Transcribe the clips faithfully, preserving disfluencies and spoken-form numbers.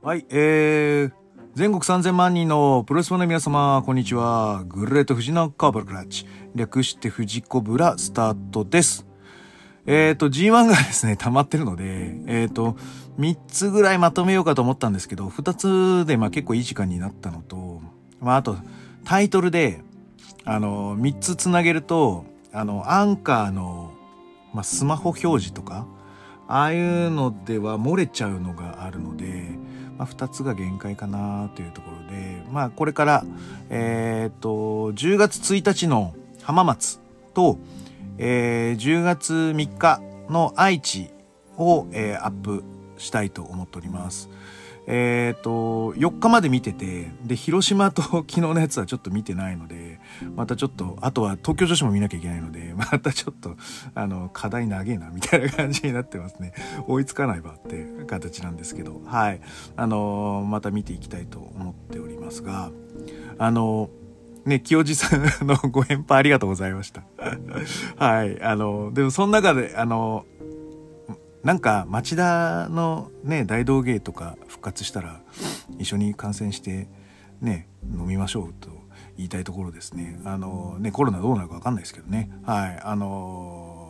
はい、えー、全国さんぜんまん人のプロレスファンの皆様、こんにちは。グレート富士のカーブラクラッチ。略して富士コブラスタートです。えーと、ジーワン がですね、溜まってるので、えーと、みっつぐらいまとめようかと思ったんですけど、ふたつでまあ結構いい時間になったのと、まああと、タイトルで、あの、みっつつなげると、あの、アンカーの、まあスマホ表示とか、ああいうのでは漏れちゃうのがあるので、まあ、ふたつが限界かなというところで、まあこれから、えっと、じゅうがつついたちの浜松と、えー、じゅうがつみっかの愛知を、えー、アップしたいと思っております。えっと、よっかまで見てて、で、広島と昨日のやつはちょっと見てないので、またちょっと、あとは東京女子も見なきゃいけないので、またちょっと、あの、課題長えな、みたいな感じになってますね。追いつかないばって形なんですけど、はい。あのー、また見ていきたいと思っておりますが、あのー、ね、清治さんのご返報ありがとうございました。はい。あのー、でもその中で、あのー、なんか町田のね大道芸とか復活したら一緒に観戦してね飲みましょうと言いたいところですね。あのねコロナどうなるか分かんないですけどね。はい、あの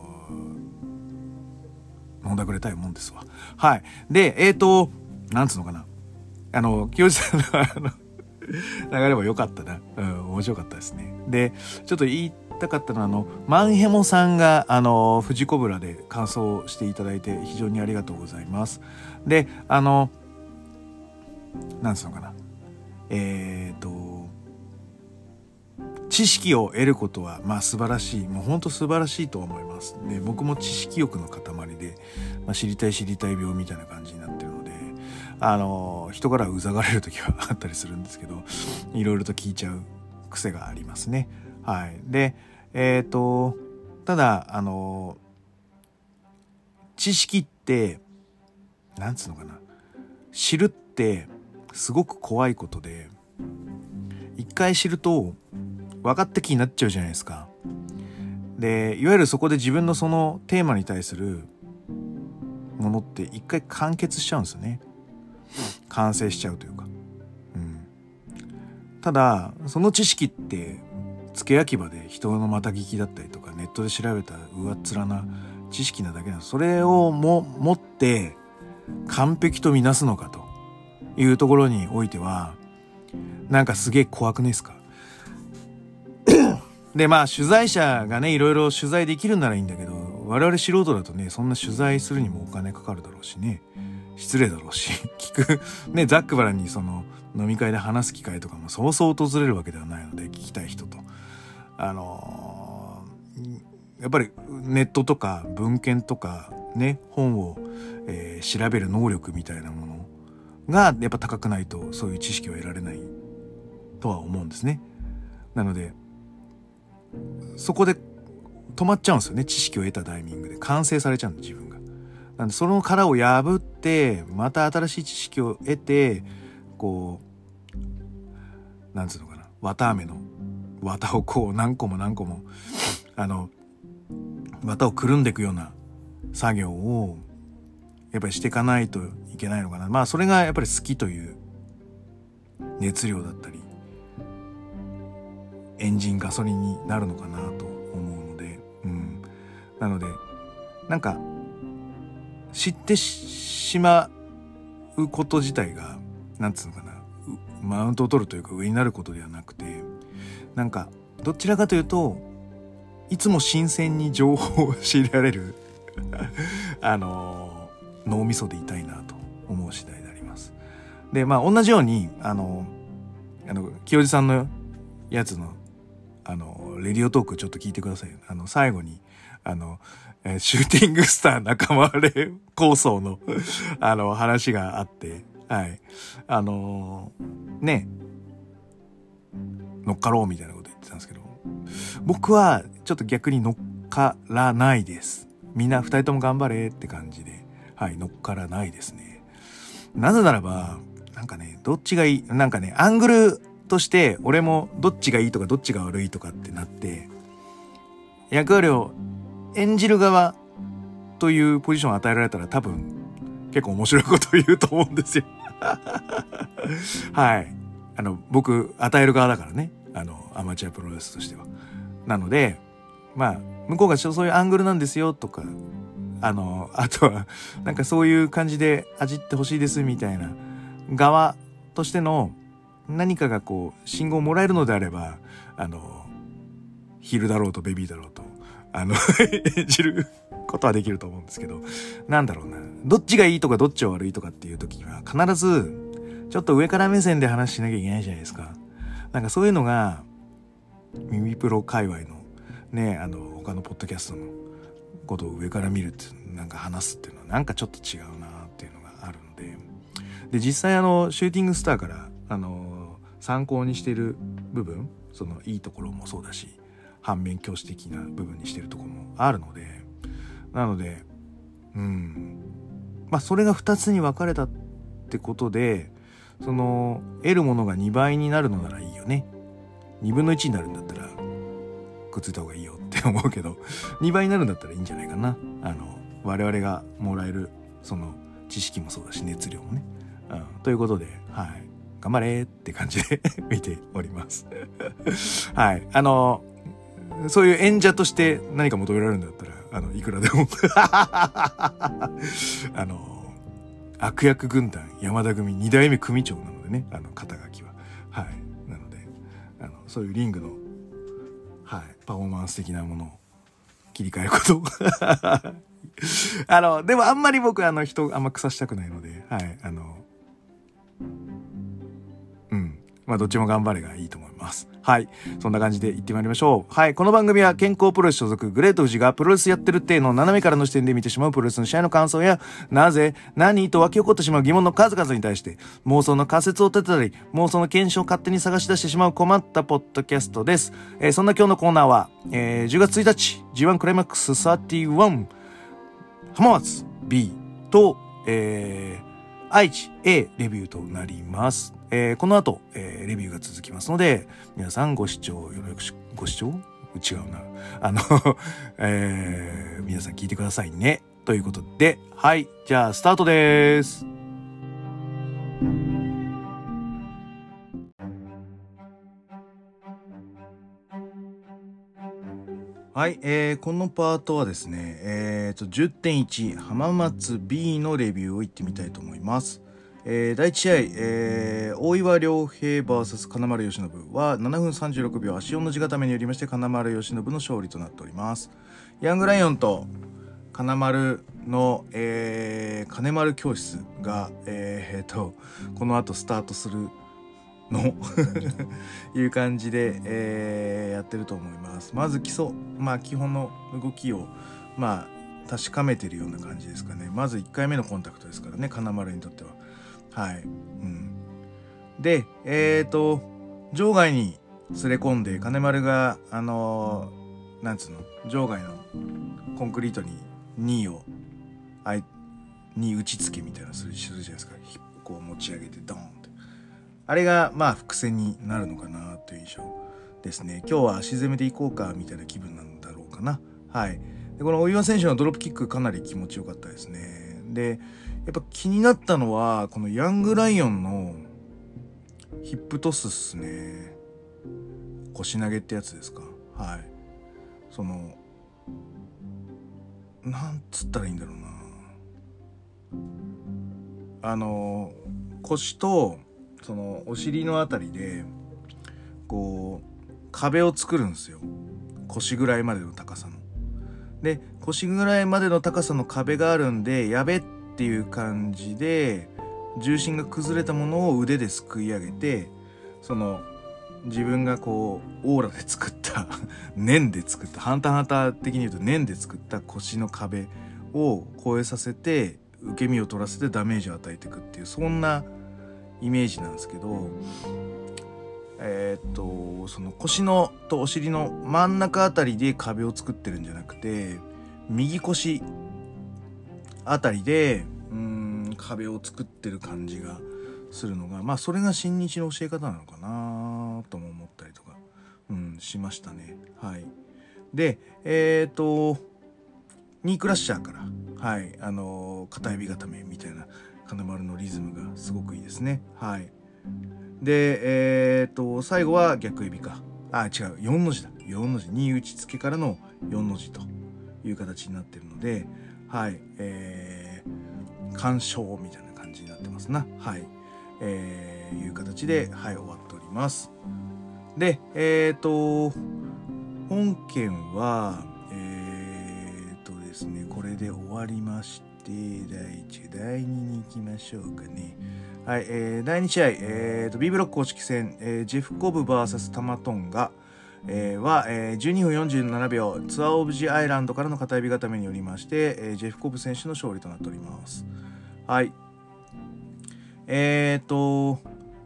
ー、飲んだくれたいもんですわ。はい。でえーとなんつうのかな、あの清治さんのあの流れも良かったな、うん、面白かったですね。でちょっと言いたかったのは、あのマンヘモさんがあの富士コブラで感想していただいて非常にありがとうございます。であのなんつうのかな、えーと知識を得ることはまあ素晴らしい、もう本当素晴らしいと思います。で僕も知識欲の塊で、まあ、知りたい知りたい病みたいな感じになってるので、あの人からうざがれる時はあったりするんですけど、いろいろと聞いちゃう癖がありますね。はい。でえっとただあの知識ってなんつうのかな、知るってすごく怖いことで、一回知ると分かった気になっちゃうじゃないですか。でいわゆるそこで自分のそのテーマに対するものって一回完結しちゃうんですよね。完成しちゃうというか、うん、ただその知識って付け焼き場で人のまた聞きだったりとかネットで調べた上っ面な知識なだけなの。それをも持って完璧とみなすのかというところにおいてはなんかすげえ怖くないですか？でまあ取材者がねいろいろ取材できるならいいんだけど、我々素人だとねそんな取材するにもお金かかるだろうしね、失礼だろうし聞くね、ザックバランにその飲み会で話す機会とかもそうそう訪れるわけではないので、聞きたい人とあのー、やっぱりネットとか文献とかね本を、えー、調べる能力みたいなものがやっぱ高くないとそういう知識を得られないとは思うんですね。なのでそこで止まっちゃうんですよね。知識を得たタイミングで完成されちゃうんで自分が。なんでその殻を破ってまた新しい知識を得て、こうなんつうのかな、綿あめの綿をこう何個も何個もあの綿をくるんでいくような作業をやっぱりしていかないといけないのかな。まあそれがやっぱり好きという熱量だったりエンジンガソリンになるのかなと思うので、うん、なのでなんか知ってしまうこと自体がなんつうのかな、マウントを取るというか上になることではなくて、なんかどちらかというといつも新鮮に情報を仕入れられるあの脳みそでいたいなと思う次第であります。でまあ同じようにあのあの清治さんのやつのあのレディオトークちょっと聞いてください。あの最後にあの、えー、シューティングスター仲間割れ構想のあの話があって、はいあのー、ね乗っかろうみたいなこと言ってたんですけど、僕はちょっと逆に乗っからないです。みんな二人とも頑張れって感じで、はい乗っからないですね。なぜならばなんかねどっちがいい、なんかねアングルとして俺もどっちがいいとかどっちが悪いとかってなって役割を演じる側というポジションを与えられたら多分結構面白いことを言うと思うんですよはい。あの、僕、与える側だからね。あの、アマチュアプロレスとしては。なので、まあ、向こうがそういうアングルなんですよとか、あの、あとは、なんかそういう感じで味ってほしいですみたいな側としての何かがこう、信号をもらえるのであれば、あの、ヒールだろうとベビーだろうと、あの、演じることはできると思うんですけど、なんだろうな。どっちがいいとかどっちが悪いとかっていう時には、必ず、ちょっと上から目線で話しなきゃいけないじゃないですか。なんかそういうのが、耳プロ界隈のね、あの、他のポッドキャストのことを上から見るっていう、なんか話すっていうのはなんかちょっと違うなっていうのがあるので、で、実際あの、シューティングスターから、あの、参考にしてる部分、そのいいところもそうだし、反面教師的な部分にしてるところもあるので、なので、うん。まあ、それがふたつに分かれたってことで、その、得るものがにばいになるのならいいよね。にぶんのいちになるんだったら、くっついた方がいいよって思うけど、にばいになるんだったらいいんじゃないかな。あの、我々がもらえる、その、知識もそうだし、熱量もね。うん、ということで、はい。頑張れって感じで見ております。はい。あの、そういう演者として何か求められるんだったら、あの、いくらでも。あの、悪役軍団山田組に代目組長なのでね、あの肩書きは。はい。なので、あの、そういうリングの、はい、パフォーマンス的なものを切り替えること。あの、でもあんまり僕、あの、人あんま腐したくないので、はい、あの、うん。まあ、どっちも頑張れがいいと思います。はい。そんな感じで行ってまいりましょう。はい。この番組は健康プロレス所属グレート富士がプロレスやってるっていうのを斜めからの視点で見てしまうプロレスの試合の感想や、なぜ、何と湧き起こってしまう疑問の数々に対して、妄想の仮説を立てたり、妄想の検証を勝手に探し出してしまう困ったポッドキャストです。えー、そんな今日のコーナーは、えー、じゅうがつついたち、ジーワン クライマックスさんじゅういち、浜松 B と、えー、愛知 A レビューとなります。えー、この後、えー、レビューが続きますので、皆さんご視聴よろしく、ご視聴違うな。あの、えー、皆さん聞いてくださいね。ということで、はい。じゃあ、スタートです。はい、えー、このパートはですね、えーと、じゅってんいち 浜松 B のレビューを言ってみたいと思います。えー、だいいち試合、えー、大岩良平 ブイエス 金丸義信はななふんさんじゅうろくびょう足よんの字固めによりまして金丸義信の勝利となっております。ヤングライオンと金丸の、えー、金丸教室が、えー、とこの後スタートするのいう感じで、えー、やってると思います。まず基礎、まあ基本の動きをまあ確かめてるような感じですかね。まずいっかいめのコンタクトですからね、金丸にとっては。はい。うん。で、えーと、場外に連れ込んで、金丸が、あのー、なんつうの、場外のコンクリートににいを、あい、に打ちつけみたいなするじゃないですか。こう持ち上げてドーンって。あれが、まあ、伏線になるのかなという印象ですね。今日は足攻めでいこうかみたいな気分なんだろうかな。はい。で、この大岩選手のドロップキックかなり気持ちよかったですね。で、やっぱ気になったのは、このヤングライオンのヒップトスっすね。腰投げってやつですか。はい。その、なんつったらいいんだろうな。あの、腰と、その、お尻のあたりで、こう、壁を作るんですよ。腰ぐらいまでの高さの。で、腰ぐらいまでの高さの壁があるんで、やべっていう感じで、重心が崩れたものを腕ですくい上げて、その、自分がこう、オーラで作った念で作った、ハンターハンター的に言うと念で作った腰の壁を越えさせて、受け身を取らせてダメージを与えていくっていう、そんなイメージなんですけど、えー、っとその腰のとお尻の真ん中あたりで壁を作ってるんじゃなくて、右腰あたりでうーん壁を作ってる感じがするのが、まあそれが新日の教え方なのかなとも思ったりとか、うん、しましたね。はい。で、えー、っとニークラッシャーから、はい、あの片指固めみたいな金丸のリズムがすごくいいですね。はい。で、えー、っと、最後は逆指か。あ、違う。よんの字だ。よんの字。に打ち付けからのよんの字という形になっているので、はい。えー、鑑賞みたいな感じになってますな。はい。えー、いう形で、はい、終わっております。で、えー、っと、本件は、えー、っとですね、これで終わりまして、だいいち、だいにに行きましょうかね。はい、えー、だいに試合、えーと、B ブロック公式戦、えー、ジェフコブ ブイエス タマトンガ、えー、は、えー、じゅうにふんよんじゅうななびょう、ツアーオブジアイランドからの片指固めによりまして、えー、ジェフコブ選手の勝利となっております。はい。えーと、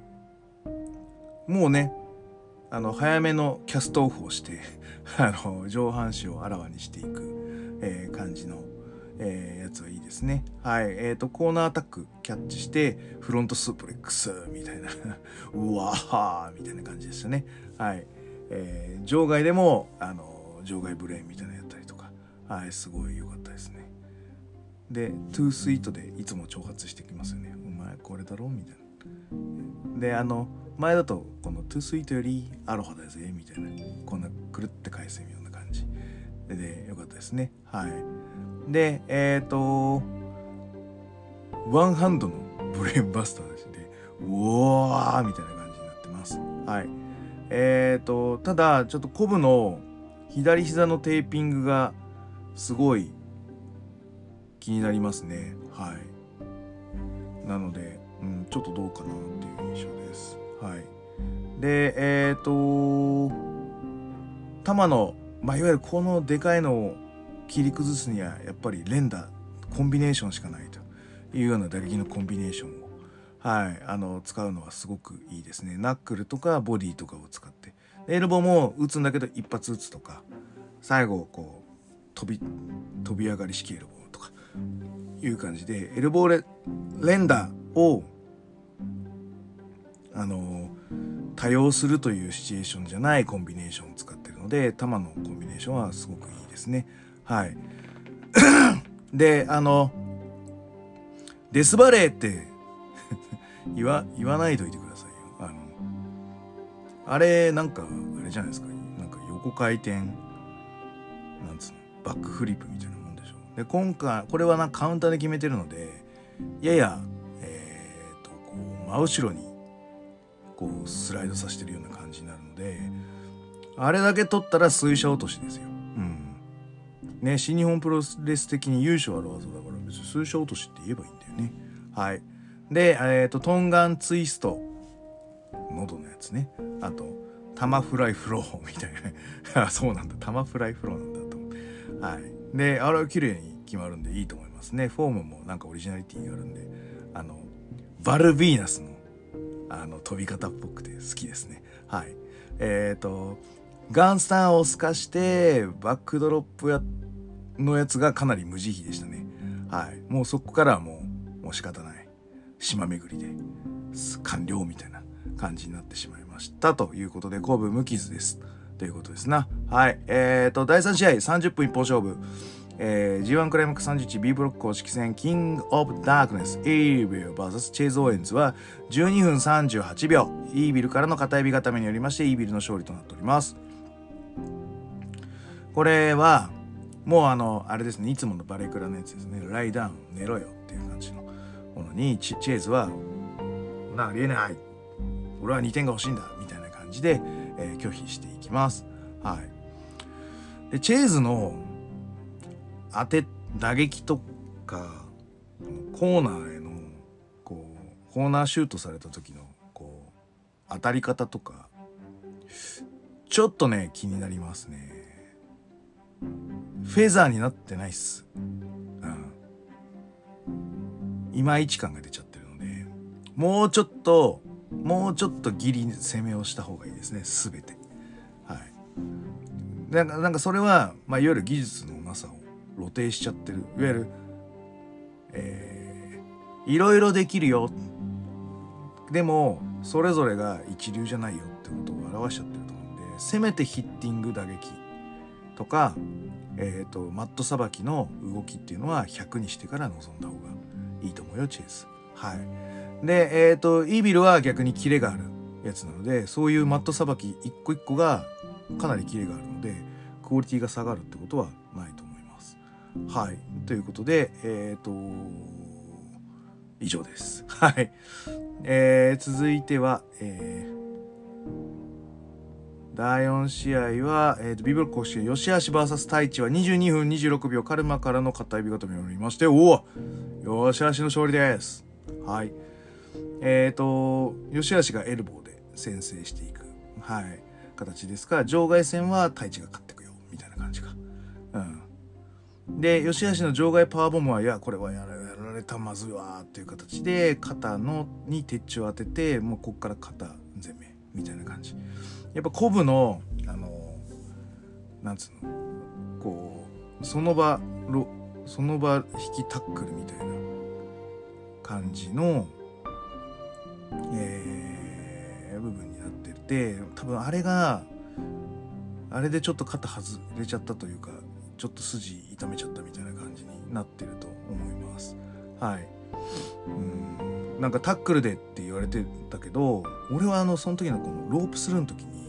もうね、あの、早めのキャストオフをして、あの、上半身をあらわにしていく、えー、感じの、えー、やつはいいですね。はい。えっと、コーナーアタックキャッチして、フロントスープレックスみたいな、うわーみたいな感じでしたね。はい。えー、場外でも、あの、場外ブレーンみたいなのやったりとか、はい、すごい良かったですね。で、トゥースイートでいつも挑発してきますよね。お前これだろみたいな。で、あの、前だと、このトゥースイートよりアロハだぜ、みたいな、こんなくるって返すような感じ。で、で良かったですね。はい。で、えっ、ー、と、ワンハンドのブレーンバスターでして、うわーみたいな感じになってます。はい。えっ、ー、と、ただ、ちょっとコブの左膝のテーピングがすごい気になりますね。はい。なので、うん、ちょっとどうかなっていう印象です。はい。で、えっ、ー、と、玉の、まあ、いわゆるこのでかいのを切り崩すにはやっぱり連打コンビネーションしかないというような打撃のコンビネーションを、はい、あの使うのはすごくいいですね。ナックルとかボディとかを使ってエルボーも打つんだけど一発打つとか最後こう飛び飛び上がり式エルボーとかいう感じでエルボーレ連打をあの多用するというシチュエーションじゃないコンビネーションを使っているので球のコンビネーションはすごくいいですね。はいで、あのデスバレーって言わ言わないといてくださいよ。あのあれなんかあれじゃないですか。なんか横回転なんつうのバックフリップみたいなもんでしょ。で今回これはなカウンターで決めてるのでややえー、っとこう真後ろにこうスライドさせてるような感じになるのであれだけ取ったら水車落としですよ。うんね、新日本プロレス的に優勝ある技だから別に水車落としって言えばいいんだよね。はい。で、えっと、トンガンツイスト。喉のやつね。あと、タマフライフローみたいな。あ、そうなんだ。タマフライフローなんだと思って。はい。で、あれは綺麗に決まるんでいいと思いますね。フォームもなんかオリジナリティがあるんで、あの、バルビーナスの、あの、飛び方っぽくて好きですね。はい。えっと、ガンスターを透かして、バックドロップやって、のやつがかなり無慈悲でしたね。はい。もうそこからはもう、もう仕方ない。島巡りで、完了みたいな感じになってしまいました。ということで、後部無傷です。ということですな。はい。えーと、だいさん試合、さんじゅっぷん一本勝負。えー、ジーワン クライマックスさんじゅういち B ブロック公式戦、キングオブダークネス、イービル ブイエス チェイズ・オーエンズは、じゅうにふんさんじゅうはちびょう。イービルからの片指固めによりまして、イービルの勝利となっております。これは、もうあの、あれですね、いつものバレクラのやつですね。ライダウン、寝ろよっていう感じのものに、チ, チェーズは、な、ありえない。俺はにてんが欲しいんだ。みたいな感じで、えー、拒否していきます。はい。で、チェーズの当て、打撃とか、コーナーへの、こう、コーナーシュートされた時の、こう、当たり方とか、ちょっとね、気になりますね。フェザーになってないっす。うん。いまいち感が出ちゃってるので、もうちょっと、もうちょっとギリ攻めをした方がいいですね、すべて。はい。なんか、なんかそれは、まあ、いわゆる技術のなさを露呈しちゃってる。いわゆる、えー、いろいろできるよ。でも、それぞれが一流じゃないよってことを表しちゃってると思うんで、せめてヒッティング打撃とか、えっと、マットさばきの動きっていうのはひゃくにしてから臨んだ方がいいと思うよ、チェイス。 はい。で、えっと、イービルは逆にキレがあるやつなので、そういうマットさばき一個一個がかなりキレがあるので、クオリティが下がるってことはないと思います。はい。ということで、えっと、以上です。はい。えー、続いては、えー、だいよん試合は、えーと、ビブロック公式、吉橋 ブイエス 太一はにじゅうにふんにじゅうろくびょう、カルマからの片指固めを見まして、おお吉橋の勝利です。はい。えっと、吉橋がエルボーで先制していく、はい、形ですから、場外戦は太一が勝っていくよ、みたいな感じか。うん。で、吉橋の場外パワーボムは、いや、これはやられたまずいわーっていう形で、肩のに鉄柱を当てて、もうこっから肩全面、みたいな感じ。やっぱコブの、あの、なんつうの、こう、その場、その場引きタックルみたいな感じの、えー、部分になってて、多分あれが、あれでちょっと肩外れちゃったというか、ちょっと筋痛めちゃったみたいな感じになってると思います。はい。うん、なんかタックルでって言われてたけど、俺はあの、その時のこのロープスルーの時に、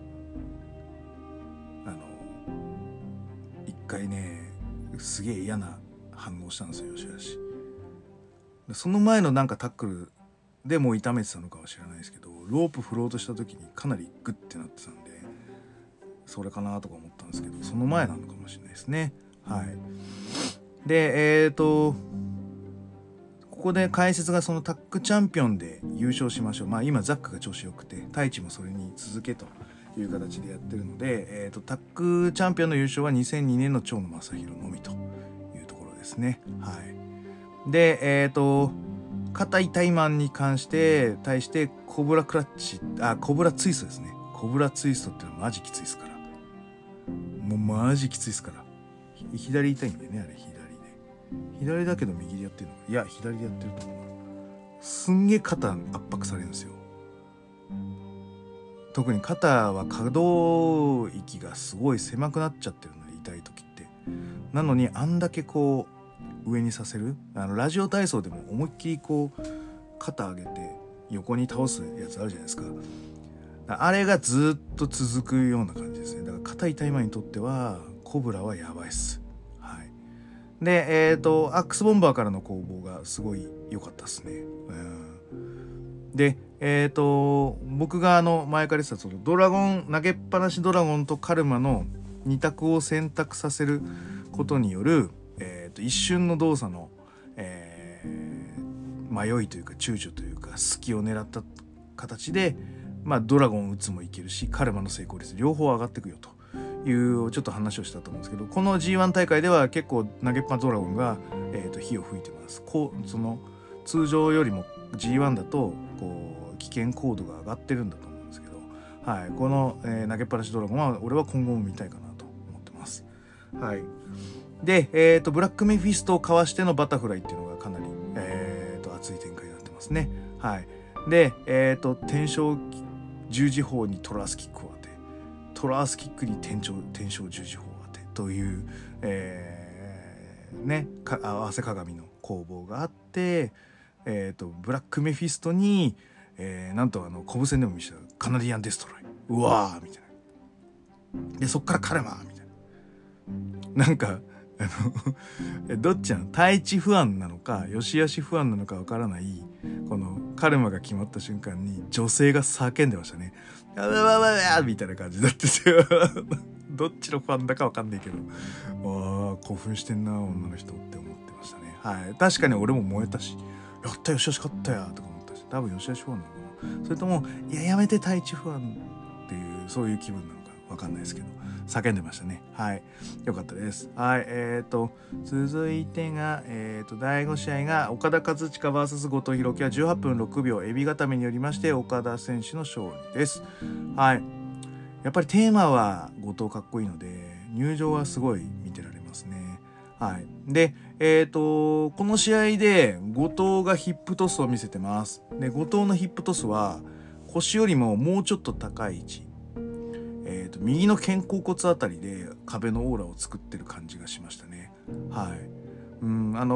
一回ねすげえ嫌な反応したんですよ吉橋。その前のなんかタックルでもう痛めてたのかは知らないですけど、ロープ振ろうとした時にかなりグッてなってたんで、それかなとか思ったんですけど、その前なのかもしれないですね。はい。でえっとここで解説がそのタッグチャンピオンで優勝しましょう。まあ今ザックが調子よくて太一もそれに続けという形でやってるので、えーと、タッグチャンピオンの優勝はにせんにねんの長野正弘のみというところですね。はい。で、えっと、肩痛いマンに関して対してコブラクラッチ、あ、コブラツイストですね。コブラツイストってのはマジきついですから。もうマジきついですから。左痛いんだよね、あれ左で。左だけど右でやってるのか。いや、左でやってると思う。すんげえ肩圧迫されるんですよ。特に肩は可動域がすごい狭くなっちゃってるので、痛い時って。なのにあんだけこう上にさせる、あのラジオ体操でも思いっきりこう肩上げて横に倒すやつあるじゃないですか。あれがずっと続くような感じですね。だから肩痛い前にとってはコブラはやばいっす。はい。でえっとアックスボンバーからの攻防がすごい良かったっすね。うん、でえっと僕があの前から言ってたそのドラゴン投げっぱなしドラゴンとカルマのに択を選択させることによる、えー、と一瞬の動作の、えー、迷いというか躊躇というか隙を狙った形で、まあ、ドラゴン打つもいけるしカルマの成功率両方上がっていくよというちょっと話をしたと思うんですけど、この ジーワン 大会では結構投げっぱドラゴンが、えー、と火を吹いてます。こうその通常よりも ジーワン だとこう危険高度が上がってるんだと思うんですけど、はい、この、えー、投げっぱなしドラゴンは俺は今後も見たいかなと思ってます。はい。で、えー、とブラックメフィストをかわしてのバタフライっていうのがかなり、えー、と熱い展開になってますね。はい。で、えー、と天正十字砲にトラースキックを当て、トラースキックに天正天正十字砲を当てという、えー、ねか合わせ鏡の攻防があって、えー、とブラックメフィストに、えー、なんとあのコブ戦でも見せたカナディアンデストロイ、うわーみたいな。でそっからカルマみたいな。なんかあのどっちなの、太一不安なのか吉橋不安なのかわからない、このカルマが決まった瞬間に女性が叫んでましたね。やばいやばいやばいみたいな感じだってどっちのファンだかわかんないけど、わー興奮してんな女の人って思ってましたね。はい。確かに俺も燃えたし、やった吉橋勝ったやとか思ったし、多分吉橋ファンなのかな、それともいややめて太一不安っていうそういう気分なのかわかんないですけど叫んでましたね。はい、よかったです。はい、えーと続いてが、えーとだいご試合が岡田和親 ブイエス 後藤弘樹はじゅうはっぷんろくびょうエビ固めによりまして岡田選手の勝利です。はい、やっぱりテーマは後藤かっこいいので入場はすごい見てられますね。はい、でえーとこの試合で後藤がヒップトスを見せてます。で後藤のヒップトスは腰よりももうちょっと高い位置、えー、と右の肩甲骨あたりで壁のオーラを作ってる感じがしましたね。はい、うんあの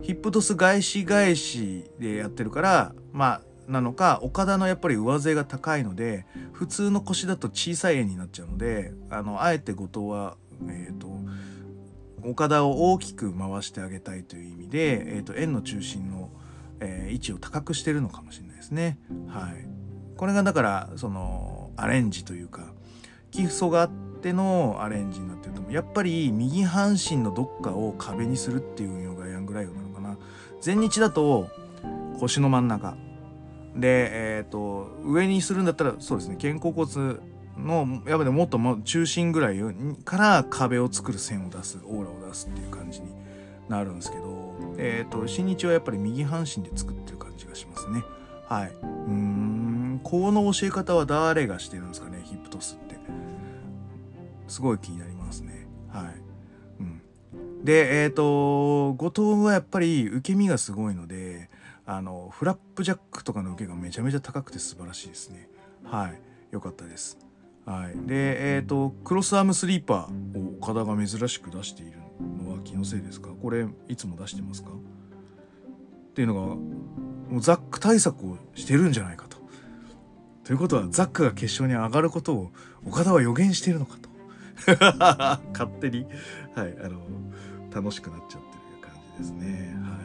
ヒップトス返し返しでやってるからまあなのか、岡田のやっぱり上背が高いので普通の腰だと小さい円になっちゃうので、あのあえて後藤はえっと岡田を大きく回してあげたいという意味で、えーと円の中心の、えー位置を高くしてるのかもしれないですね。はい。これがだからそのアレンジというか基礎があってのアレンジになってると思う。やっぱり右半身のどっかを壁にするっていうのがヤングライオンなのかな。前日だと腰の真ん中で、えー、と上にするんだったらそうですね、肩甲骨のやっぱりもっとも中心ぐらいから壁を作る線を出す、オーラを出すっていう感じになるんですけど、えー、と新日はやっぱり右半身で作ってる感じがしますね。はい。うーんこの教え方は誰がしてるんですかね、ヒップトスって。すごい気になりますね。はい。うん、でえっ、ー、と後藤はやっぱり受け身がすごいので、あのフラップジャックとかの受けがめちゃめちゃ高くて素晴らしいですね。はい、良かったです。はい。でえっ、ー、とクロスアームスリーパーを岡田が珍しく出しているのは気のせいですか？これいつも出してますか？っていうのがもうザック対策をしてるんじゃないかと。ということはザックが決勝に上がることを岡田は予言しているのかと勝手に、はい、あの楽しくなっちゃってる感じですね。はい。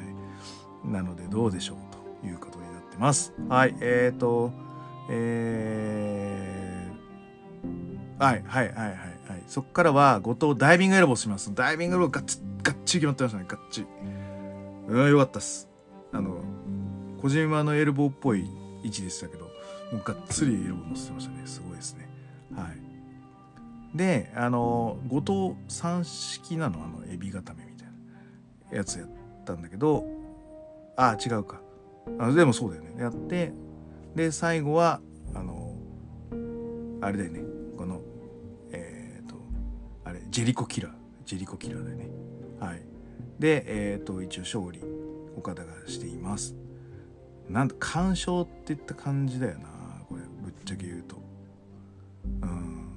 なのでどうでしょうということになってます。はい。えーとえー、はいはいはいはいはい。そっからは後藤ダイビングエルボーします。ダイビングエルボーガッチガッチリ決まってましたね。ガッチリ。うん、よかったっす。あの小島のエルボーっぽい位置でしたけど、もうがっつりエルボー乗せてましたね。すごいですね。はい。で、あの後藤三式なの、あのエビ固めみたいなやつやったんだけど、あ違うか、あでもそうだよね、やって、で最後はあのあれだよね、このえっ、ー、とあれジェリコキラージェリコキラーだよね。はい。でえっ、ー、と一応勝利岡田がしています。なんと完勝っていった感じだよな、これぶっちゃけ言うと。うん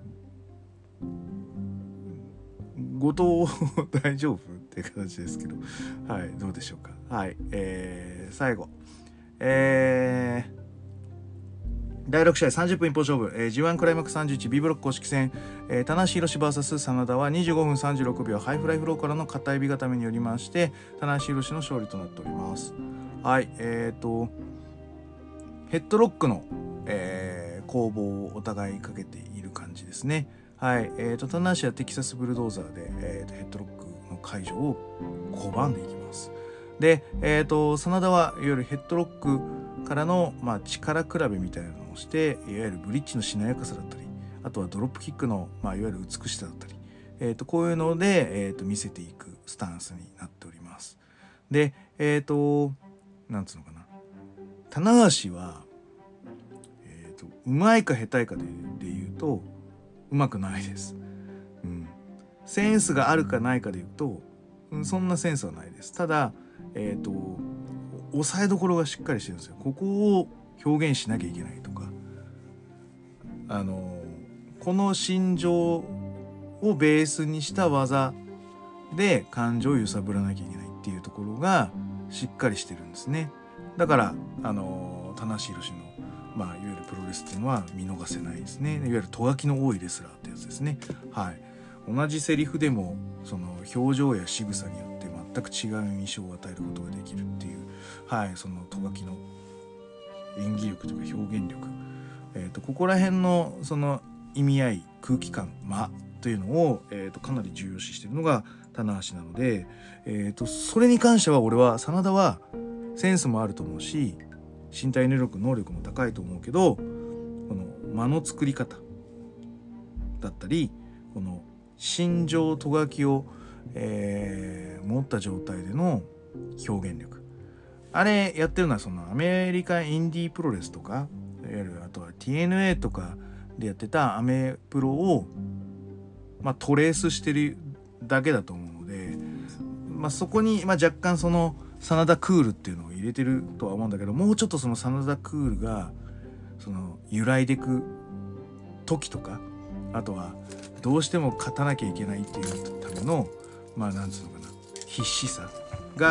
後藤大丈夫っていう形ですけど、はい、どうでしょうか。はい、えー、最後、えー、だいろく試合さんじゅっぷん一本勝負、えー、ジーワン クライマックスさんじゅういち B ブロック公式戦、えー、棚橋宏 ブイエス 真田はにじゅうごふんさんじゅうろくびょうハイフライフローからの片エビ固めによりまして棚橋宏の勝利となっております。はい。えっ、ー、とヘッドロックの、えー、攻防をお互いかけている感じですね。はい。えっ、ー、と棚橋はテキサスブルドーザーで、えー、とヘッドロックの解除を拒んでいきます。で、えっ、ー、と真田はいわゆるヘッドロックからの、まあ、力比べみたいなのをして、いわゆるブリッジのしなやかさだったり、あとはドロップキックの、まあ、いわゆる美しさだったり、えー、とこういうので、えー、と見せていくスタンスになっております。で、えっ、ー、となんつうのかな、棚橋は、えー、とうまいか下手いかで言うとうまくないです。うん、センスがあるかないかで言うと、うん、そんなセンスはないです。ただ、えっ、ー、と抑えどころがしっかりしてるんですよ。ここを表現しなきゃいけないとか、あのこの心情をベースにした技で感情を揺さぶらなきゃいけないっていうところがしっかりしてるんですね。だからあの棚橋宏の、まあ、いわゆるプロレスっていうのは見逃せないですね。いわゆるト書きの多いレスラーってやつですね。はい。同じセリフでもその表情や仕草によって全く違う印象を与えることができるっていう、はい、そのト書きの演技力というか表現力、えー、とここら辺のその意味合い、空気感、間というのを、えー、とかなり重要視しているのが棚橋なので、えー、とそれに関しては俺は真田はセンスもあると思うし身体能力能力も高いと思うけど、この間の作り方だったりこの心情とがきを、えー、持った状態での表現力、あれやってるのはそのアメリカインディープロレスとか、いわゆるあとは ティーエヌエー とかでやってたアメプロを、まあ、トレースしてるだけだと思うので、まあ、そこに、まあ、若干その真田クールっていうのを入れてるとは思うんだけど、もうちょっとその真田クールがその揺らいでく時とか、あとはどうしても勝たなきゃいけないっていうための、まあなんつうのかな、必死さが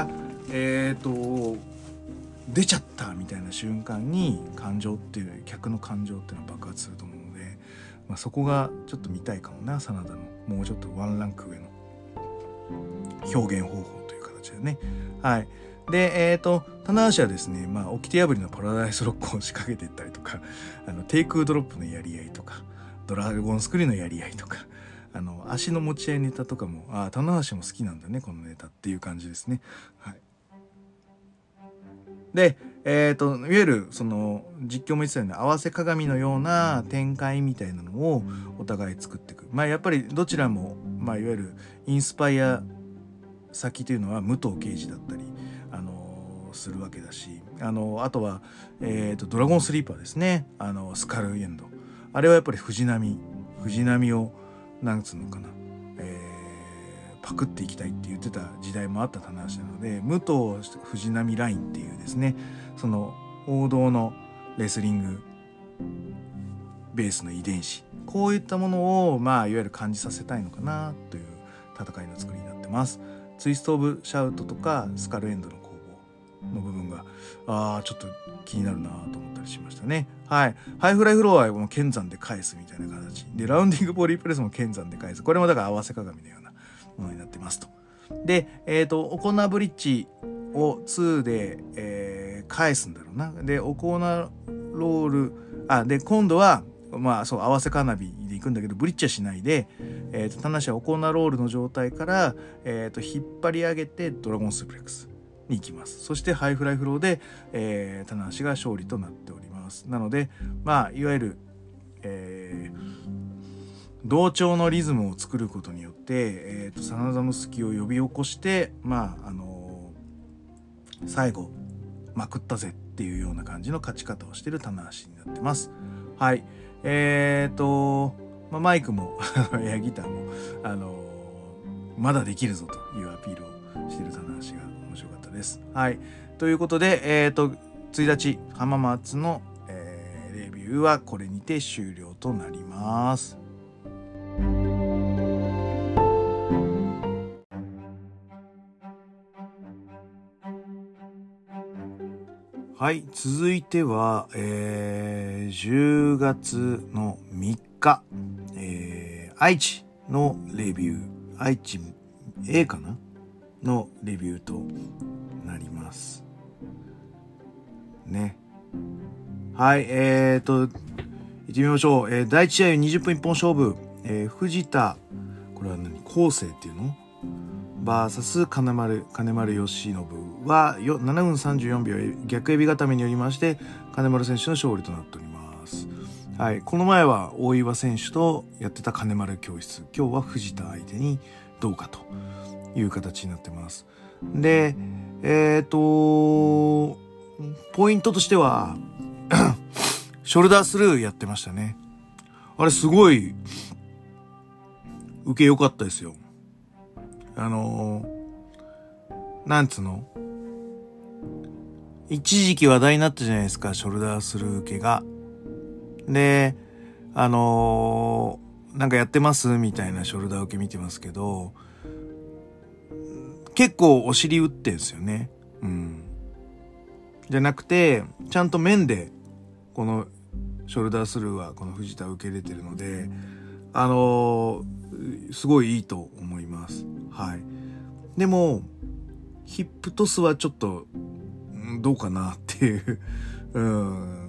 えっと出ちゃったみたいな瞬間に感情っていう客の感情っていうのは爆発すると思うので、まあ、そこがちょっと見たいかもな、真田のもうちょっとワンランク上の表現方法という形でね。はい。で、えっと、棚橋はですね、まあ、掟破りのパラダイスロックを仕掛けていったりとか、あの、低空ドロップのやり合いとか、ドラゴンスクリューのやり合いとか、あの、足の持ち合いネタとかも、ああ、棚橋も好きなんだね、このネタっていう感じですね。はい。で、えっと、いわゆる、その、実況も言ってたように、合わせ鏡のような展開みたいなのをお互い作っていく。まあ、やっぱりどちらも、まあ、いわゆる、インスパイア先というのは武藤敬司だったり、あのー、するわけだし、あのー、あとは、えっと、ドラゴンスリーパーですね。あの、スカルエンド。あれはやっぱり藤波、藤波を、なんつうのかな、えー、パクっていきたいって言ってた時代もあった棚橋なので、武藤藤波ラインっていうですね、その王道のレスリングベースの遺伝子、こういったものを、まあ、いわゆる感じさせたいのかなという戦いの作りになってます。ツイストオブシャウトとかスカルエンドの攻防の部分があーちょっと気になるなと思ったりしましたね。はい。ハイフライフローはもう剣山で返すみたいな形で、ラウンディングボディプレスも剣山で返す。これもだから合わせ鏡のようなものになってますと。で、えっと、オコナブリッジをにで、えー、返すんだろうな。で、オコナロール、あ、で、今度は、まあそう合わせカーナビで行くんだけどブリッジはしないで、えー、と棚橋はオコーナーロールの状態から、えー、と引っ張り上げてドラゴンスープレックスに行きます。そしてハイフライフローで、えー、棚橋が勝利となっております。なのでまあいわゆる、えー、同調のリズムを作ることによって、えー、とサナザムスキを呼び起こしてまああのー、最後まくったぜっていうような感じの勝ち方をしている棚橋になってます。はい。えーと、まあ、マイクもエアギターも、あのー、まだできるぞというアピールをしている棚橋が面白かったです。はい。ということで、えーと、ついたち浜松の、えー、レビューはこれにて終了となります。はい、続いては、えー、じゅうがつのみっか、えー、愛知のレビュー、愛知 A かなのレビューとなります。ね。はい、えーと、行ってみましょう。えー、だいいち試合にじゅっぷん一本勝負、えー、藤田、これは何、昴生っていうのバーサス金丸、金丸義信はななふんさんじゅうよんびょう逆エビ固めによりまして金丸選手の勝利となっております。はい、この前は大岩選手とやってた金丸教室、今日は藤田相手にどうかという形になってます。で、えっとポイントとしてはショルダースルーやってましたね。あれすごい受け良かったですよ。あのー、なんつうの一時期話題になったじゃないですか、ショルダースルー受けが。で、あのー、なんかやってますみたいなショルダー受け見てますけど、結構お尻打ってんすよね。うん。じゃなくて、ちゃんと面で、このショルダースルーはこの藤田受け入れてるので、あのー、すごいいいと思います。はい。でも、ヒップトスはちょっと、どうかなっていう、うん、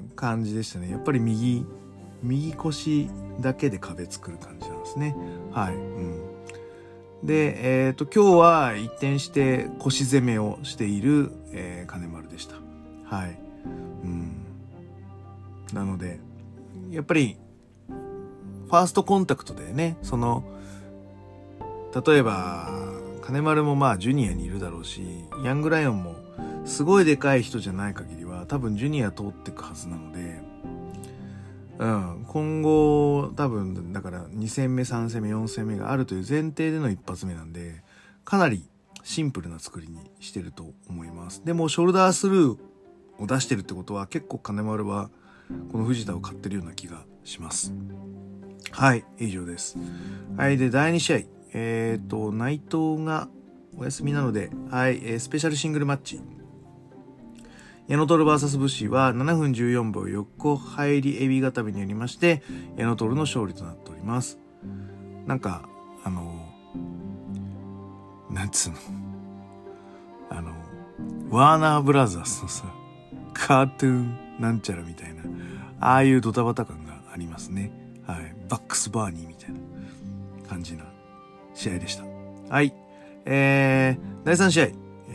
感じでしたね。やっぱり右、右腰だけで壁作る感じなんですね。はい。うん、で、えっと、今日は一転して腰攻めをしている、えー、金丸でした。はい。うん。なので、やっぱり、ファーストコンタクトでね、その、例えば、金丸もまあジュニアにいるだろうし、ヤングライオンもすごいでかい人じゃない限りは多分ジュニア通っていくはずなので、うん、今後多分だからに戦目さん戦目よん戦目があるという前提での一発目なんで、かなりシンプルな作りにしてると思います。でもショルダースルーを出してるってことは結構金丸はこの藤田を買ってるような気がします。はい、以上です。はい、でだいに試合、えっと内藤がお休みなので、はい、えー、スペシャルシングルマッチ。矢野徹 ブイエス 武士はななふんじゅうよんびょう横入りエビ固めによりまして、矢野徹の勝利となっております。なんか、あの、なんつうの、あの、ワーナーブラザーズのさ、カートゥーンなんちゃらみたいな、ああいうドタバタ感がありますね。はい。バックスバーニーみたいな感じな試合でした。はい。えー、だいさん試合。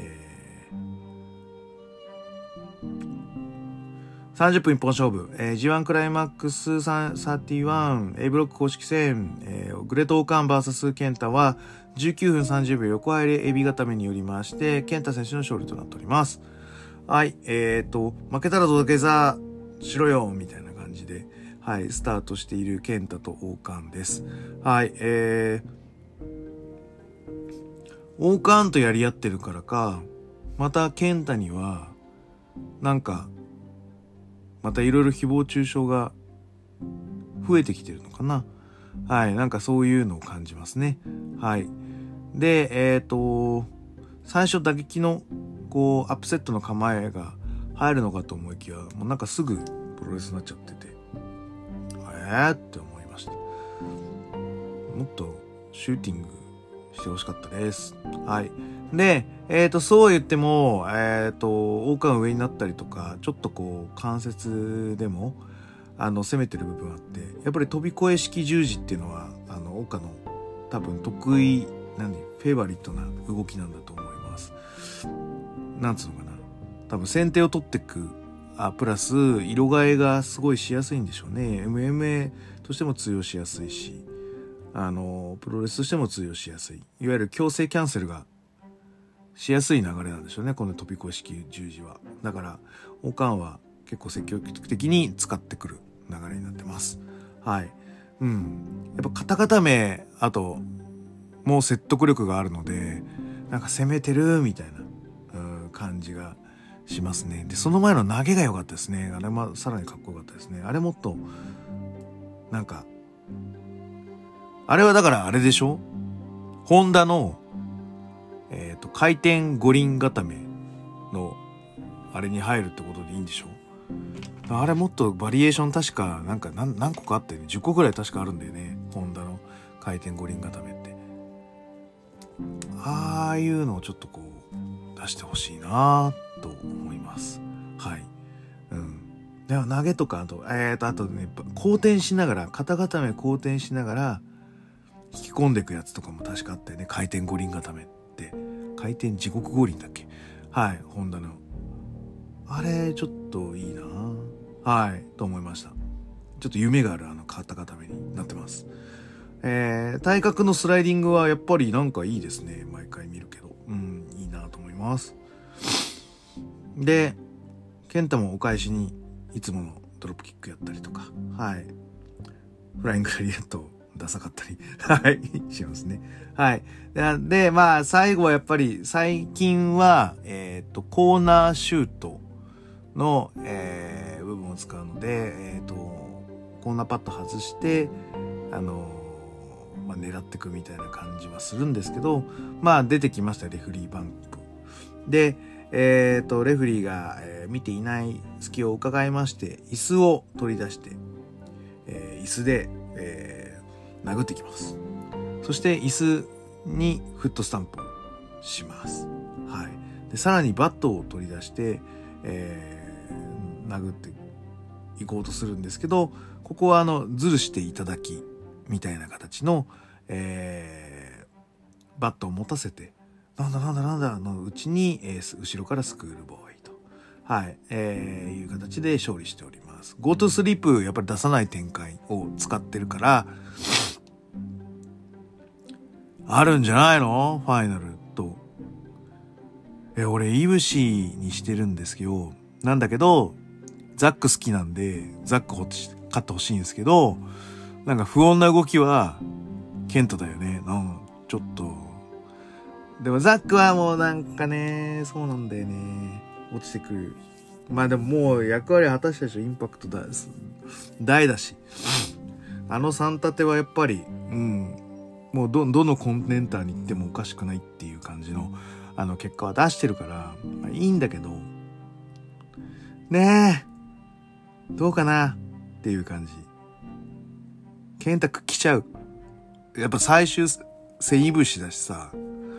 さんじゅっぷん一本勝負、えー、ジーワン クライマックスさんじゅういち A ブロック公式戦、えー、グレートオーカーン ブイエス ケンタはじゅうきゅうふんさんじゅうびょう横入りエビ固めによりましてケンタ選手の勝利となっております。はい、えーと負けたら土下座しろよみたいな感じで、はい、スタートしているケンタとオーカーンです。はい、えー、オーカーンとやり合ってるからか、またケンタにはなんかまたいろいろ誹謗中傷が増えてきてるのかな。はい。なんかそういうのを感じますね。はい。で、えっと、最初打撃の、こう、アップセットの構えが入るのかと思いきや、もうなんかすぐプロレスになっちゃってて、えーって思いました。もっとシューティングしてほしかったです。はい。で、えっと、そう言っても、えっと、オーカーン上になったりとか、ちょっとこう、関節でも、あの、攻めてる部分あって、やっぱり飛び越え式十字っていうのは、あの、オーカーの多分得意、何、フェイバリットな動きなんだと思います。なんつうのかな。多分先手を取ってく、あ、プラス、色替えがすごいしやすいんでしょうね。エムエムエー としても通用しやすいし、あの、プロレスとしても通用しやすい。いわゆる強制キャンセルがしやすい流れなんでしょうね、この飛び越え式十字は。だからオーカーンは結構積極的に使ってくる流れになってます。はい。うん。やっぱ肩固め、あともう説得力があるので、なんか攻めてるみたいな、うん、感じがしますね。で、その前の投げが良かったですね。あれもさらにかっこよかったですね。あれもっとなんか、あれはだからあれでしょ？ホンダのえっと、回転五輪固めのあれに入るってことでいいんでしょ？あれもっとバリエーション確かなんか 何, 何個かあってね、じゅっこぐらい確かあるんだよね。ホンダの回転五輪固めって。ああいうのをちょっとこう出してほしいなと思います。はい。うん。でも投げとか、あと、えっと、あとね、後転しながら、肩固め後転しながら引き込んでいくやつとかも確かあったよね。回転五輪固め。回転地獄五輪だっけ？はい、ホンダのあれちょっといいな、はいと思いました。ちょっと夢があるあの肩固めになってます。えー、体格のスライディングはやっぱりなんかいいですね。毎回見るけど、うんいいなと思います。で、ケンタもお返しにいつものドロップキックやったりとか、はい、フライングラリアットダサかったり、はい、しますね。はい。で、まあ、最後はやっぱり、最近は、えっと、コーナーシュートの、えー、部分を使うので、えっと、コーナーパッド外して、あのー、まあ、狙ってくみたいな感じはするんですけど、まあ、出てきました、レフリーバンプ。で、えっと、レフリーが、えー、見ていない隙を伺いまして、椅子を取り出して、えー、椅子で、えー殴ってきます。そして椅子にフットスタンプをします。はい。で、さらにバットを取り出して、えー、殴っていこうとするんですけど、ここはあの、ズルしていただき、みたいな形の、えー、バットを持たせて、なんだなんだなんだのうちに、えー、後ろからスクールボーイと、はい、えー、いう形で勝利しております。ゴートゥースリープやっぱり出さない展開を使ってるから、あるんじゃないの？ファイナルと。え、俺、イブシにしてるんですけど、なんだけど、ザック好きなんで、ザック買ってほしいんですけど、なんか不穏な動きは、ケントだよね。なんちょっと。でもザックはもうなんかね、そうなんだよね。落ちてくる。まあでももう役割果たしたでしょ、インパクト大だし。あの三立てはやっぱり、うん。 もうど、どのコンテンターに行ってもおかしくないっていう感じの、あの、結果は出してるから、まあ、いいんだけど、ねえ、どうかなっていう感じ。ケンタ来ちゃう。やっぱ最終戦い節だしさ。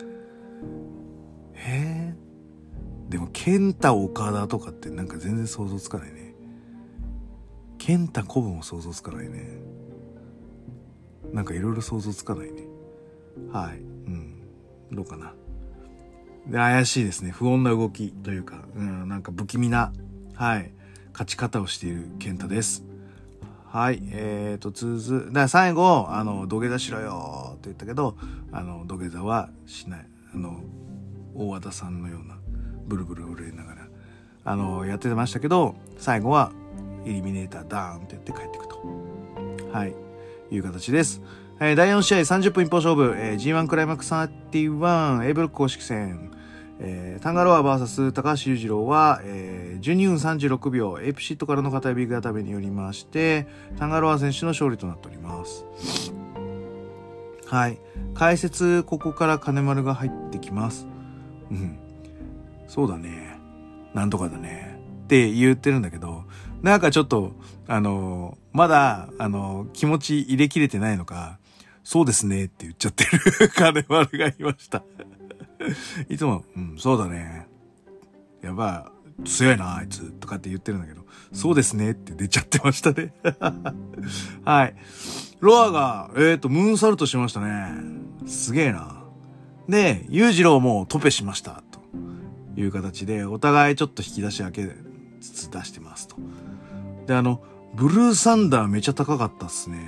へえ。でも、ケンタ岡田とかってなんか全然想像つかないね。ケンタコブも想像つかないね。なんかいろいろ想像つかないね。はい。うん。どうかな。で、怪しいですね。不穏な動きというか、うん、なんか不気味な、はい、勝ち方をしているケンタです。はい。えーと、続、だから最後、あの、土下座しろよって言ったけど、あの、土下座はしない。あの、大和田さんのような、ブルブル震えながら、あの、やってましたけど、最後は、エリミネーターダーンって言って帰っていくと。はい。いう形です。えー、だいよん試合さんじゅっぷん一方勝負、えー、ジーワン クライマックスさんじゅういち A ブロック公式戦、えー、タンガロア ブイエス 高橋裕次郎は、えー、じゅうにふんさんじゅうろくびょうエプシットからの片指固めによりまして、タンガロア選手の勝利となっております。はい。解説、ここから金丸が入ってきます。うん。そうだね。なんとかだね。って言ってるんだけど、なんかちょっと、あのー、まだ、あのー、気持ち入れきれてないのか、そうですねって言っちゃってる金丸がいました。いつも、うん、そうだね。やばい、強いな、あいつ、とかって言ってるんだけど、そうですねって出ちゃってましたね。はい。ロアが、えーと、ムーンサルトしましたね。すげえな。で、裕次郎もトペしました。という形で、お互いちょっと引き出し開けつつ出してますと。で、あの、ブルーサンダーめちゃ高かったっすね。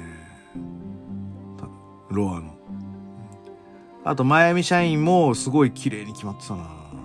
ロアの。あと、マイアミ社員もすごい綺麗に決まってたな。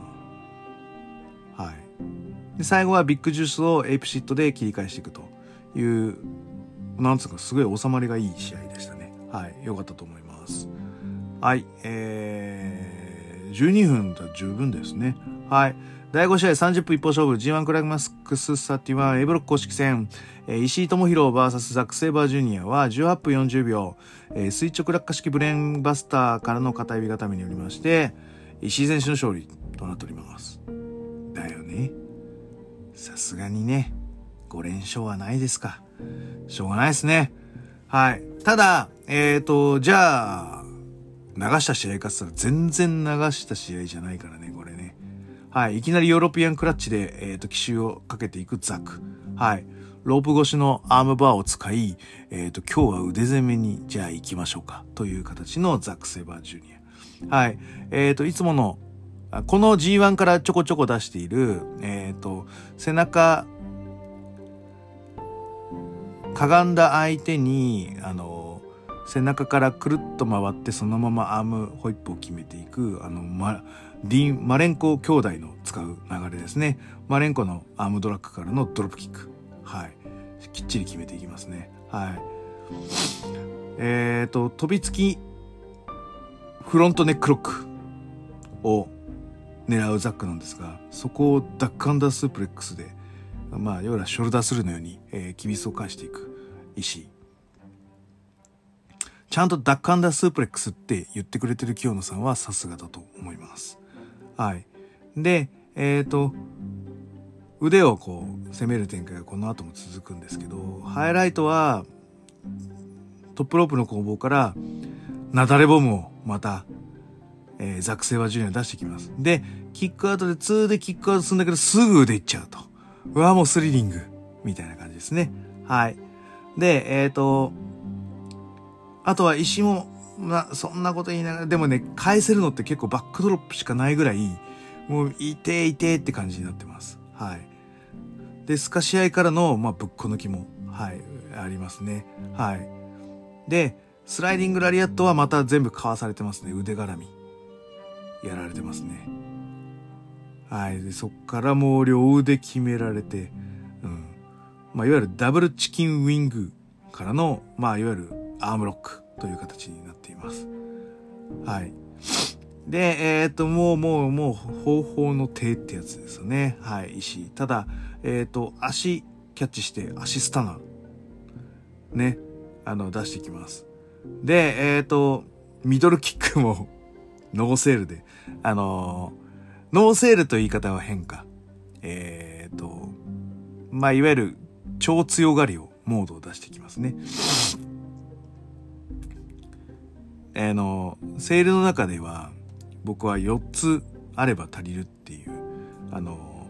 はい。で、最後はビッグジュースをエイプシットで切り返していくという、なんつうかすごい収まりがいい試合でしたね。はい。よかったと思います。はい。えー、じゅうにふんと十分ですね。はい。だいご試合さんじゅっぷん一方勝負 ジーワン クライマックスさんじゅういち A ブロック公式戦、えー、石井智弘 ブイエス ザック・セイバージュニアはじゅうはっぷんよんじゅうびょう、えー、垂直落下式ブレーンバスターからの片指固めによりまして、石井選手の勝利となっております。だよね。さすがにね、ご連勝はないですか。しょうがないですね。はい。ただ、えっと、じゃあ、流した試合かつったら全然流した試合じゃないからね、これね。はい。いきなりヨーロピアンクラッチで、えっと、奇襲をかけていくザク。はい。ロープ越しのアームバーを使い、えっと、今日は腕攻めに、じゃあ行きましょうか。という形のザック・セイバージュニア。はい。えっと、いつもの、この ジーワン からちょこちょこ出している、えっと、背中、かがんだ相手に、あの、背中からくるっと回ってそのままアームホイップを決めていく、あの、ま、ディーン・マレンコ兄弟の使う流れですね。マレンコのアームドラッグからのドロップキック。はい。きっちり決めていきますね。はい。えっと、飛びつき、フロントネックロックを狙うザックなんですが、そこをダックアンダースープレックスで、まあ、要はショルダースルーのように、えー、キビスを返していく石井。ちゃんとダックアンダースープレックスって言ってくれてる清野さんはさすがだと思います。はい。で、えっと、腕をこう攻める展開がこの後も続くんですけど、ハイライトはトップロープの攻防からなだれボムをまた、えー、ザック・セイバージュニア出してきます。で、キックアウトでツーでキックアウトするんだけどすぐ腕いっちゃうと。うわ、もうスリリングみたいな感じですね。はい。で、えっと、あとは石も、まあ、そんなこと言いながら、でもね、返せるのって結構バックドロップしかないぐらい、もう、いていてって感じになってます。はい。で、スカ試合からの、まあ、ぶっこ抜きも、はい、ありますね。はい。で、スライディングラリアットはまた全部かわされてますね。腕絡み。やられてますね。はい。で、そっからもう両腕決められて、うん。まあ、いわゆるダブルチキンウィングからの、まあ、いわゆるアームロックという形になっています。はい。で、えっと、もう、もう、もう、方法の手ってやつですよね。はい、石井。ただ、えっと、足キャッチして、足スタナー。ね。あの、出してきます。で、えっと、 ミドルキックもノーセールで、あのー、ノーセールという言い方は変か。えーと、まあ、いわゆる超強がりを、モードを出してきますね。あの、セールの中では、僕はよっつあれば足りるっていう、あの、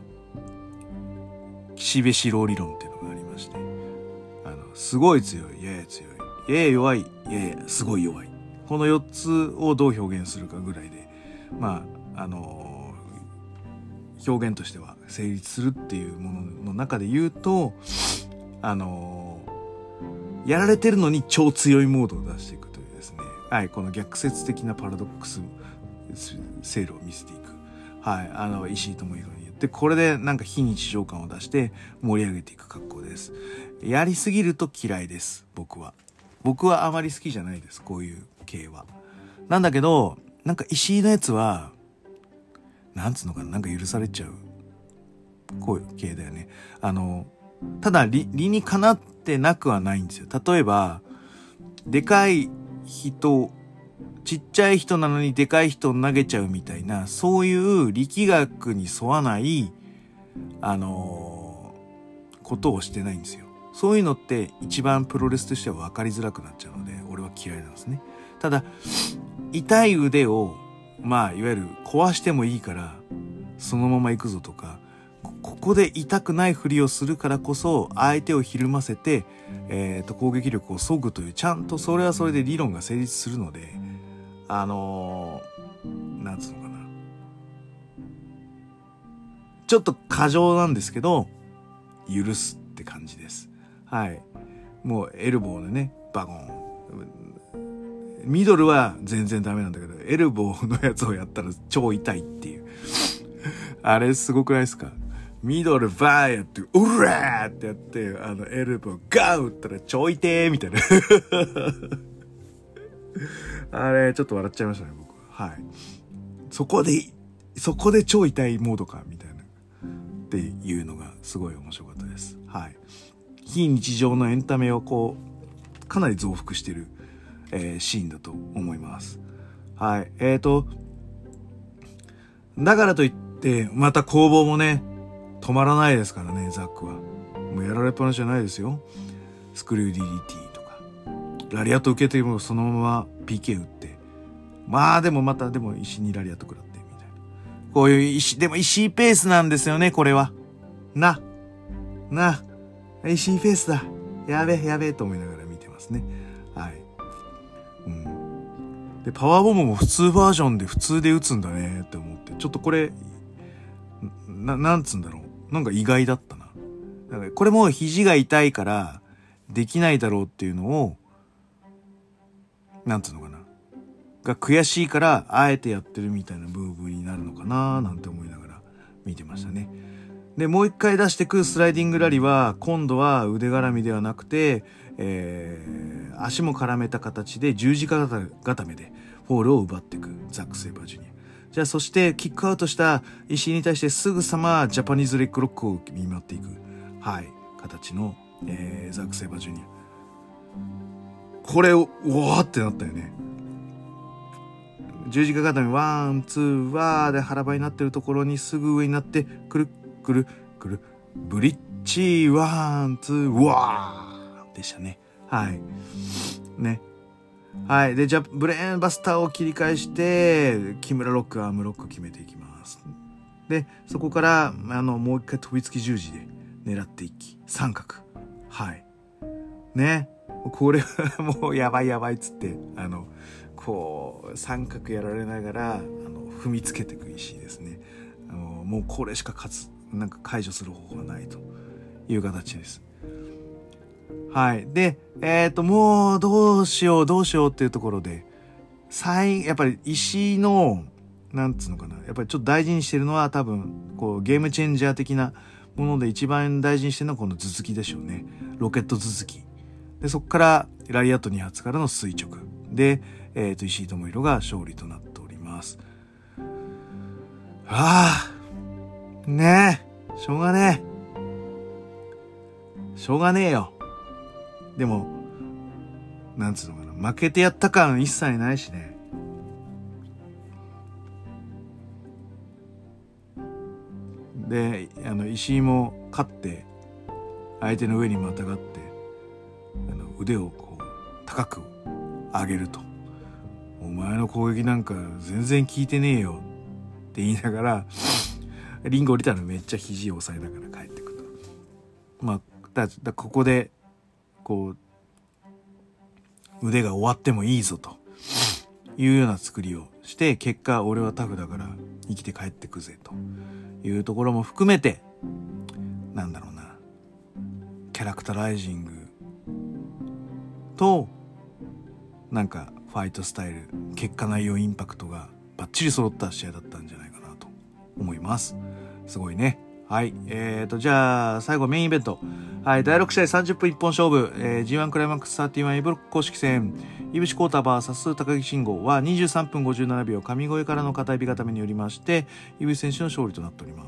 岸辺四郎理論っていうのがありまして、あの、すごい強い、やや強い、やや弱い、ややすごい弱い。このよっつをどう表現するかぐらいで、まあ、あの、表現としては成立するっていうものの中で言うと、あの、やられてるのに超強いモードを出していくというですね。はい、この逆説的なパラドックスセールを見せていく。はい、あの、石井智弘に言って、これでなんか非日常感を出して盛り上げていく格好です。やりすぎると嫌いです、僕は。僕はあまり好きじゃないです、こういう系は。なんだけど、なんか石井のやつは、なんつうのかな、なんか許されちゃう。こういう系だよね。あの、ただ理、理にかなってなくはないんですよ。例えば、でかい人、ちっちゃい人なのにでかい人を投げちゃうみたいな、そういう力学に沿わない、あのー、ことをしてないんですよ。そういうのって一番プロレスとしては分かりづらくなっちゃうので、俺は嫌いなんですね。ただ、痛い腕を、まあ、いわゆる壊してもいいから、そのまま行くぞとか、ここで痛くないふりをするからこそ相手をひるませて、えー、と攻撃力を削ぐというちゃんとそれはそれで理論が成立するので、あのー、なんつうのかな、ちょっと過剰なんですけど許すって感じです。はい、もうエルボーでね、バゴン、ミドルは全然ダメなんだけど、エルボーのやつをやったら超痛いっていうあれすごくないですか？ミドルバーやって、うらーってやって、あの、エルボーガー打ったらちょいてーみたいな。あれ、ちょっと笑っちゃいましたね、僕は。はい。そこで、そこで超痛いモードか、みたいな。っていうのがすごい面白かったです。はい。非日常のエンタメをこう、かなり増幅してる、えー、シーンだと思います。はい。えーと、だからといって、また攻防もね、止まらないですからね、ザックは。もうやられっぱなしじゃないですよ。スクリュー ディーディーティー とか。ラリアット受けてもそのまま ピーケー 打って。まあでもまたでも石にラリアット食らってみたいな。こういう石、でも石井ペースなんですよね、これは。な。な。石井ペースだ。やべえ、やべえと思いながら見てますね。はい。うん。で、パワーボムも普通バージョンで普通で打つんだねって思って。ちょっとこれ、な、なんつうんだろう。なんか意外だったな。だからこれも肘が痛いからできないだろうっていうのを、なんつうのかな。が悔しいからあえてやってるみたいなブーブーになるのかななんて思いながら見てましたね。で、もう一回出してくスライディングラリは今度は腕絡みではなくて、えー、足も絡めた形で十字架固めでフォールを奪っていくザック・セイバージュニア。じゃあそしてキックアウトした石井に対してすぐさまジャパニーズレッグロックを見舞っていく、はい、形の、えー、ザック・セイバージュニア。これをうわーってなったよね。十字架固めワンツーワーで腹ばいになってるところにすぐ上になってくるくるくるブリッジワンツーワーでしたね。はいね。はい。で、じゃあ、ブレーンバスターを切り返して、木村ロック、アームロック決めていきます。で、そこから、あの、もう一回飛びつき十字で狙っていき、三角。はい。ね。これはもうやばいやばいっつって、あの、こう、三角やられながら、あの、踏みつけていく石井ですね。あの、もうこれしか勝つ、なんか解除する方法はないという形です。はい。で、えっと、もう、どうしよう、どうしようっていうところで、最、やっぱり石井の、なんつうのかな、やっぱりちょっと大事にしてるのは多分、こう、ゲームチェンジャー的なもので一番大事にしてるのはこの頭突きでしょうね。ロケット頭突き。で、そこから、ラリアットに発からの垂直。で、えっと、石井智弘が勝利となっております。ああ、ねえ、しょうがねえ。しょうがねえよ。でも、なんつうのかな、負けてやった感一切ないしね。 で、あの石井も勝って相手の上にまたがってあの腕をこう高く上げると、お前の攻撃なんか全然効いてねえよって言いながらリング降りたらめっちゃ肘を押さえながら帰ってくると。まあだだここでこう腕が終わってもいいぞというような作りをして、結果俺はタフだから生きて帰ってくぜというところも含めて、なんだろうな、キャラクタライジングとなんかファイトスタイル、結果内容インパクトがバッチリ揃った試合だったんじゃないかなと思います。すごいね。はい。えーと、じゃあ、最後メインイベント。はい。だいろく試合さんじゅっぷん一本勝負。えー、ジーワン クライマックスさんじゅういち A ブロック公式戦。井伏浩太 ブイエス 高木慎吾はにじゅうさんぷんごじゅうななびょう、神越からの片指固めによりまして、井伏選手の勝利となっております。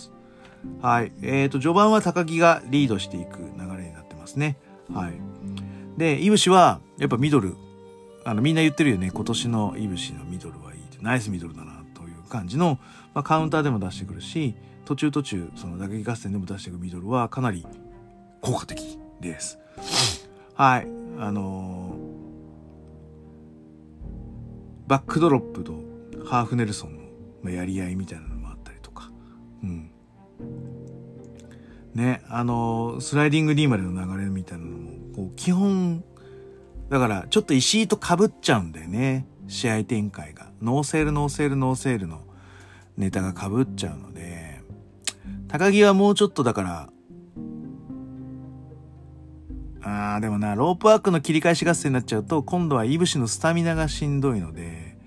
はい。えーと、序盤は高木がリードしていく流れになってますね。はい。で、井伏は、やっぱミドル。あの、みんな言ってるよね。今年の井伏のミドルはいいって。ナイスミドルだな、という感じの、まあ、カウンターでも出してくるし、途中途中、その打撃合戦でも出していくミドルはかなり効果的です。はい。あのー、バックドロップとハーフネルソンのやり合いみたいなのもあったりとか。うん。ね、あのー、スライディング D までの流れみたいなのも、こう、基本、だからちょっと石井と被っちゃうんだよね。試合展開が。ノーセール、ノーセール、ノーセールのネタが被っちゃうので、高木はもうちょっとだから、あーでもな、ロープワークの切り返し合戦になっちゃうと、今度は井伏のスタミナがしんどいので、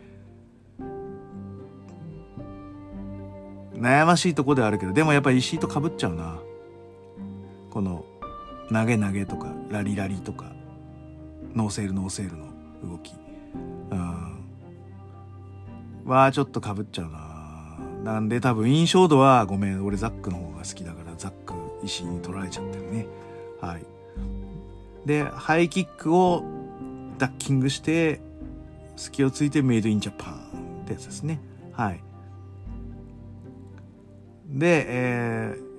悩ましいとこではあるけど、でもやっぱり石井と被っちゃうな。この、投げ投げとか、ラリラリとか、ノーセールノーセールの動き。うん。はちょっと被っちゃうな。なんで多分印象度はごめん、俺ザックの方が好きだからザック石井に取られちゃってるね。はい。で、ハイキックをダッキングして隙をついてメイドインジャパンってやつですね。はい。で、えー、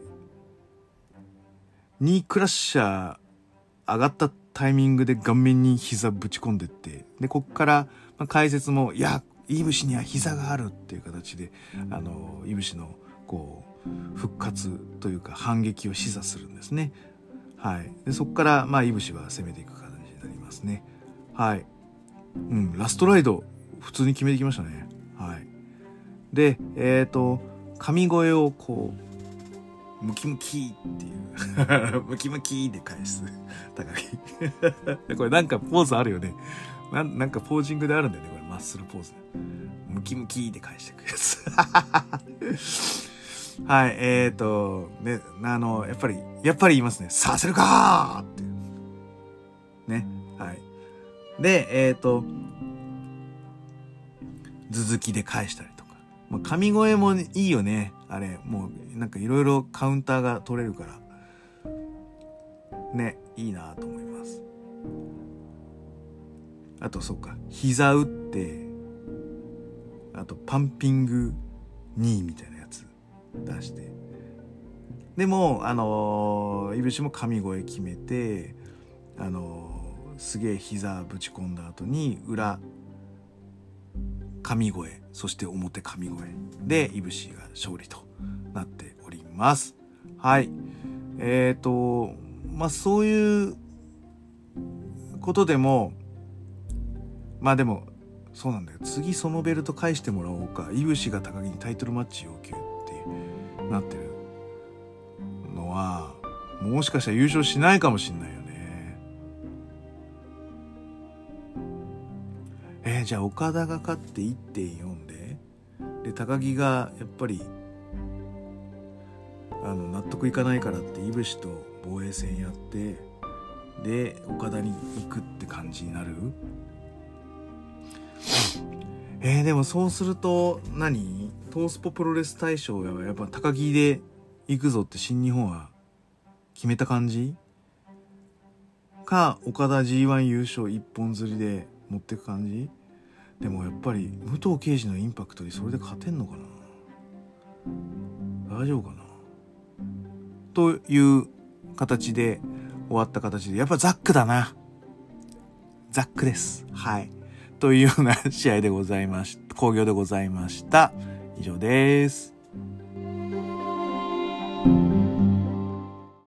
ニークラッシャー上がったタイミングで顔面に膝ぶち込んでって、で、こっから、まあ、解説も、いや、井伏には膝があるっていう形で、あの、井伏の、こう、復活というか反撃を示唆するんですね。はい。で、そこから、まあ、井伏は攻めていく形になりますね。はい。うん、ラストライド、普通に決めてきましたね。はい。で、えっと、神声をこう、ムキムキっていう、ムキムキで返す、高木。これなんかポーズあるよね。な, なんかポージングであるんだよね、これマッスルポーズ。ムキムキで返していくやつ。はい、えーと、ね、あの、やっぱり、やっぱり言いますね。させるかーっていう。ね、はい。で、えーと、続きで返したりとか。まあ、神声もいいよね。あれ、もう、なんかいろいろカウンターが取れるから。ね、いいなと思います。あと、そうか、膝打って、あと、パンピングにみたいなやつ出して。でも、あのー、いぶしも神声決めて、あのー、すげえ膝ぶち込んだ後に、裏、神声、そして表神声で、いぶしが勝利となっております。はい。えっと、まあ、そういうことでも、まあでも、そうなんだよ。次そのベルト返してもらおうか。いぶしが高木にタイトルマッチ要求ってなってるのは、もしかしたら優勝しないかもしんないよね。えー、じゃあ岡田が勝って いってんよん で、で、高木がやっぱり、あの、納得いかないからっていぶしと防衛戦やって、で、岡田に行くって感じになる？えー、でもそうすると何？トースポプロレス大賞はやっぱ高木で行くぞって新日本は決めた感じか、岡田 ジーワン 優勝一本釣りで持ってく感じ？でもやっぱり武藤敬司のインパクトにそれで勝てんのかな？大丈夫かな？ という形で終わった形で、やっぱザックだな。ザックです。はい。というような試合でございました。興行でございました。以上です。